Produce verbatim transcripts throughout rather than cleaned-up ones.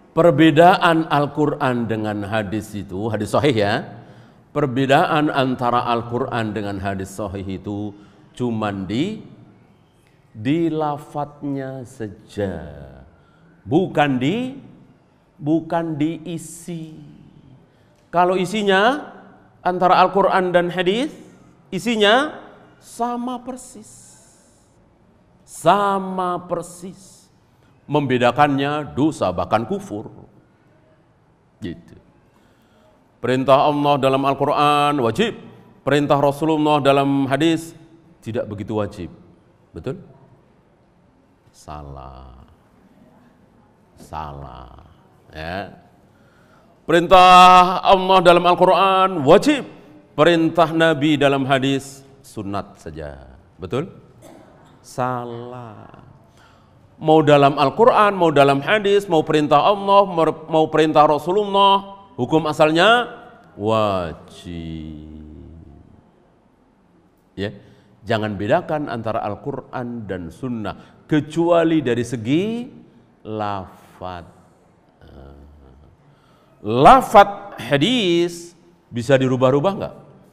Perbedaan Al-Quran dengan hadis itu, hadis sahih ya, perbedaan antara Al-Quran dengan hadis sahih itu cuman di di lafadznya saja, bukan di bukan di isi. Kalau isinya antara Al-Quran dan hadis, isinya sama persis, sama persis. Membedakannya dosa bahkan kufur. Gitu. Perintah Allah dalam Al-Quran wajib, perintah Rasulullah dalam hadis tidak begitu wajib. Betul? Salah. Salah. Ya. Perintah Allah dalam Al-Quran wajib, perintah Nabi dalam hadis sunat saja. Betul? Salah. Mau dalam Al-Quran, mau dalam hadis, mau perintah Allah, mau perintah Rasulullah, hukum asalnya wajib. Ya, jangan bedakan antara Al-Quran dan Sunnah, kecuali dari segi lafad. Lafad hadis bisa dirubah-rubah enggak?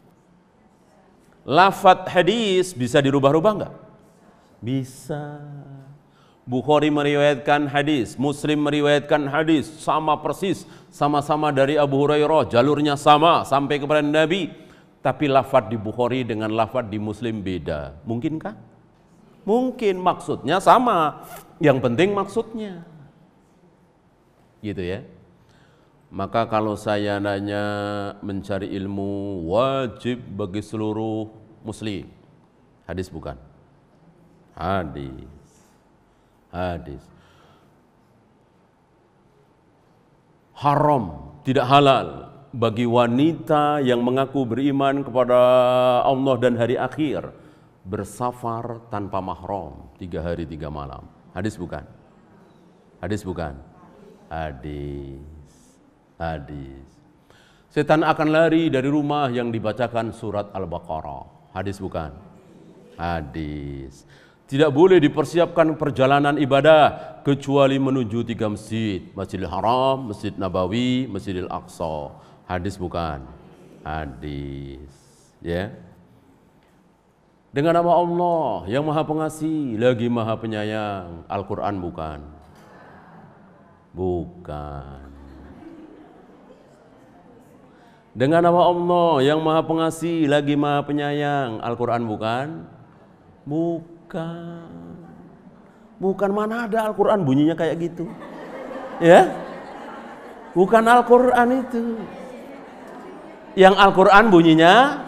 Lafad hadis bisa dirubah-rubah enggak? Bisa. Bukhari meriwayatkan hadis, Muslim meriwayatkan hadis, sama persis, sama-sama dari Abu Hurairah, jalurnya sama sampai kepada Nabi, tapi lafadz di Bukhari dengan lafadz di Muslim beda. Mungkinkah? Mungkin, maksudnya sama. Yang penting maksudnya. Gitu ya. Maka kalau saya nanya mencari ilmu wajib bagi seluruh muslim. Hadis bukan? Hadis. Hadis. Haram, tidak halal bagi wanita yang mengaku beriman kepada Allah dan hari akhir bersafar tanpa mahram tiga hari tiga malam. Hadis bukan? Hadis bukan? Hadis. Hadis. Setan akan lari dari rumah yang dibacakan surat Al-Baqarah. Hadis bukan? Hadis. Tidak boleh dipersiapkan perjalanan ibadah kecuali menuju tiga masjid, Masjidil Haram, Masjid Nabawi, Masjidil Aqsa. Hadis bukan? Hadis. Ya. Dengan nama Allah yang Maha Pengasih lagi Maha Penyayang. Al-Quran bukan? Bukan. Dengan nama Allah yang Maha Pengasih lagi Maha Penyayang. Al-Quran bukan? Bukan. Bukan, bukan, mana ada Al-Quran bunyinya kayak gitu, ya? Bukan Al-Quran itu. Yang Al-Quran bunyinya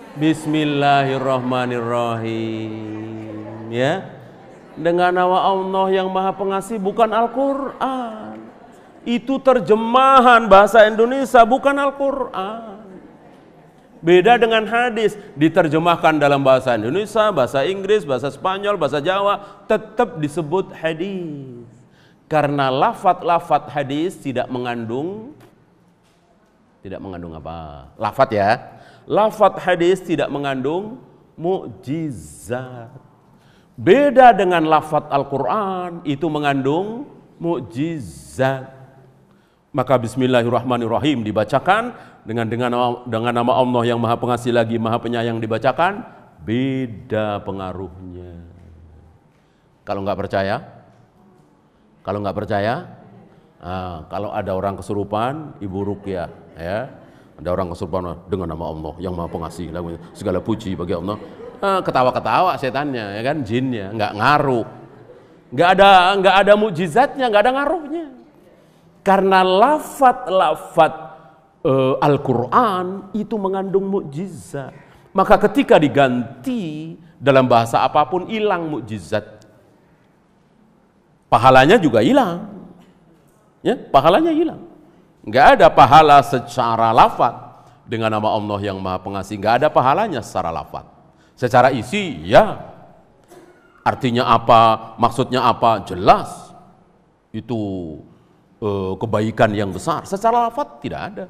Bismillahirrahmanirrahim, ya. Dengan nama Allah yang Maha Pengasih, bukan Al-Quran. Itu terjemahan bahasa Indonesia, bukan Al-Quran. Beda dengan hadis, diterjemahkan dalam bahasa Indonesia, bahasa Inggris, bahasa Spanyol, bahasa Jawa, tetap disebut hadis. Karena lafadz-lafadz hadis tidak mengandung, tidak mengandung apa? Lafadz ya. Lafadz hadis tidak mengandung mukjizat. Beda dengan lafadz Al-Quran, itu mengandung mukjizat. Maka Bismillahirrahmanirrahim dibacakan dengan dengan dengan nama Allah yang Maha Pengasih lagi Maha Penyayang dibacakan, beda pengaruhnya. Kalau nggak percaya, kalau nggak percaya, nah, kalau ada orang kesurupan, Ibu Ruqyah, ya, ada orang kesurupan dengan nama Allah yang Maha Pengasih, segala puji bagi Allah. Nah, ketawa-ketawa setannya, ya kan, jinnya, nggak ngaruh, nggak ada nggak ada mukjizatnya, nggak ada ngaruhnya. Karena lafadz-lafadz uh, Al-Quran itu mengandung mukjizat. Maka ketika diganti dalam bahasa apapun hilang mukjizat. Pahalanya juga hilang. Ya, pahalanya hilang. Enggak ada pahala secara lafadz dengan nama Allah yang Maha Pengasih, enggak ada pahalanya secara lafadz. Secara isi ya. Artinya apa, maksudnya apa, jelas. Itu kebaikan yang besar. Secara lafadz tidak ada.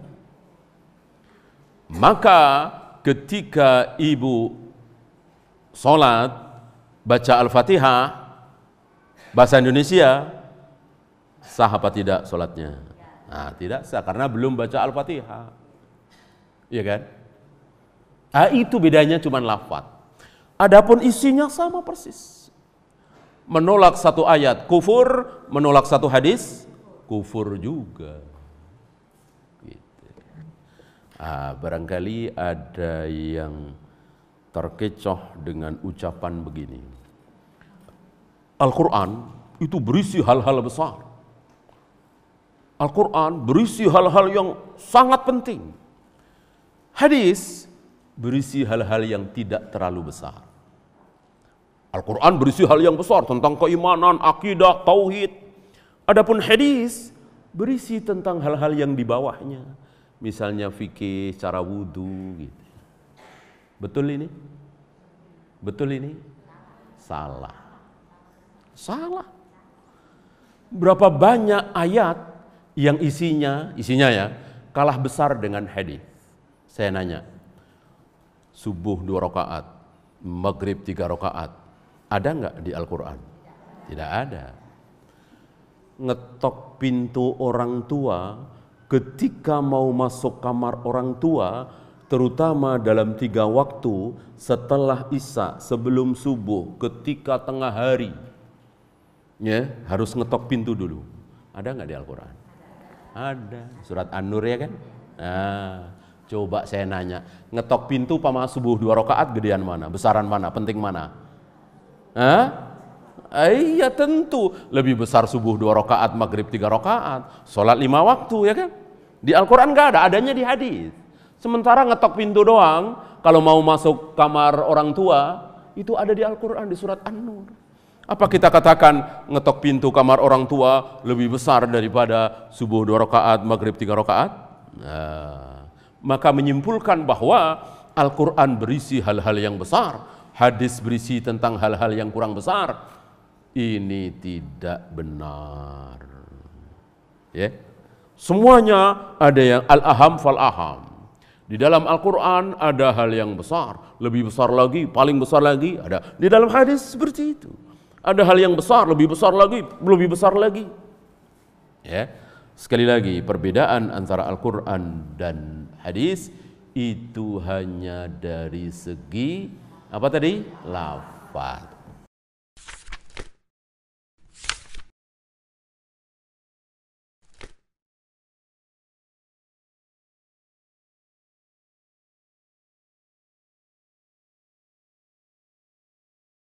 Maka ketika ibu sholat baca Al-Fatihah bahasa Indonesia, sah apa tidak sholatnya? Nah, tidak sah karena belum baca Al-Fatihah. Iya kan? Ah, itu bedanya cuma lafaz. Adapun isinya sama persis. Menolak satu ayat kufur, menolak satu hadis kufur juga. Gitu. Ah, barangkali ada yang terkecoh dengan ucapan begini. Al-Quran itu berisi hal-hal besar. Al-Quran berisi hal-hal yang sangat penting. Hadis berisi hal-hal yang tidak terlalu besar. Al-Quran berisi hal yang besar tentang keimanan, akidah, tauhid. Adapun hadis berisi tentang hal-hal yang di bawahnya. Misalnya fikih, cara wudhu gitu. Betul ini? Betul ini? Salah. Salah. Berapa banyak ayat yang isinya, isinya ya, kalah besar dengan hadis. Saya nanya, subuh dua rakaat, maghrib tiga rakaat, ada nggak di Al-Quran? Tidak ada. Ngetok pintu orang tua ketika mau masuk kamar orang tua, terutama dalam tiga waktu setelah isya, sebelum subuh, ketika tengah hari, ya harus ngetok pintu dulu. Ada nggak di Al-Quran? Ada. Surat An-Nur ya kan? Nah, coba saya nanya, ngetok pintu pama subuh dua rakaat gedean mana? Besaran mana? Penting mana? Hah? Iya tentu lebih besar subuh dua rakaat, maghrib tiga rakaat, sholat lima waktu ya kan? Di Al-Quran nggak ada, adanya di hadis. Sementara ngetok pintu doang, kalau mau masuk kamar orang tua, itu ada di Al-Quran di surat An-Nur. Apa kita katakan ngetok pintu kamar orang tua lebih besar daripada subuh dua rakaat, maghrib tiga rakaat? Nah, maka menyimpulkan bahwa Al-Quran berisi hal-hal yang besar, hadis berisi tentang hal-hal yang kurang besar. Ini tidak benar. Ya, semuanya ada yang al-aham fal-aham. Di dalam Al-Quran ada hal yang besar, lebih besar lagi, paling besar lagi ada. Di dalam hadis seperti itu. Ada hal yang besar, lebih besar lagi, lebih besar lagi. Ya, sekali lagi perbedaan antara Al-Quran dan hadis itu hanya dari segi apa tadi? Lafaz.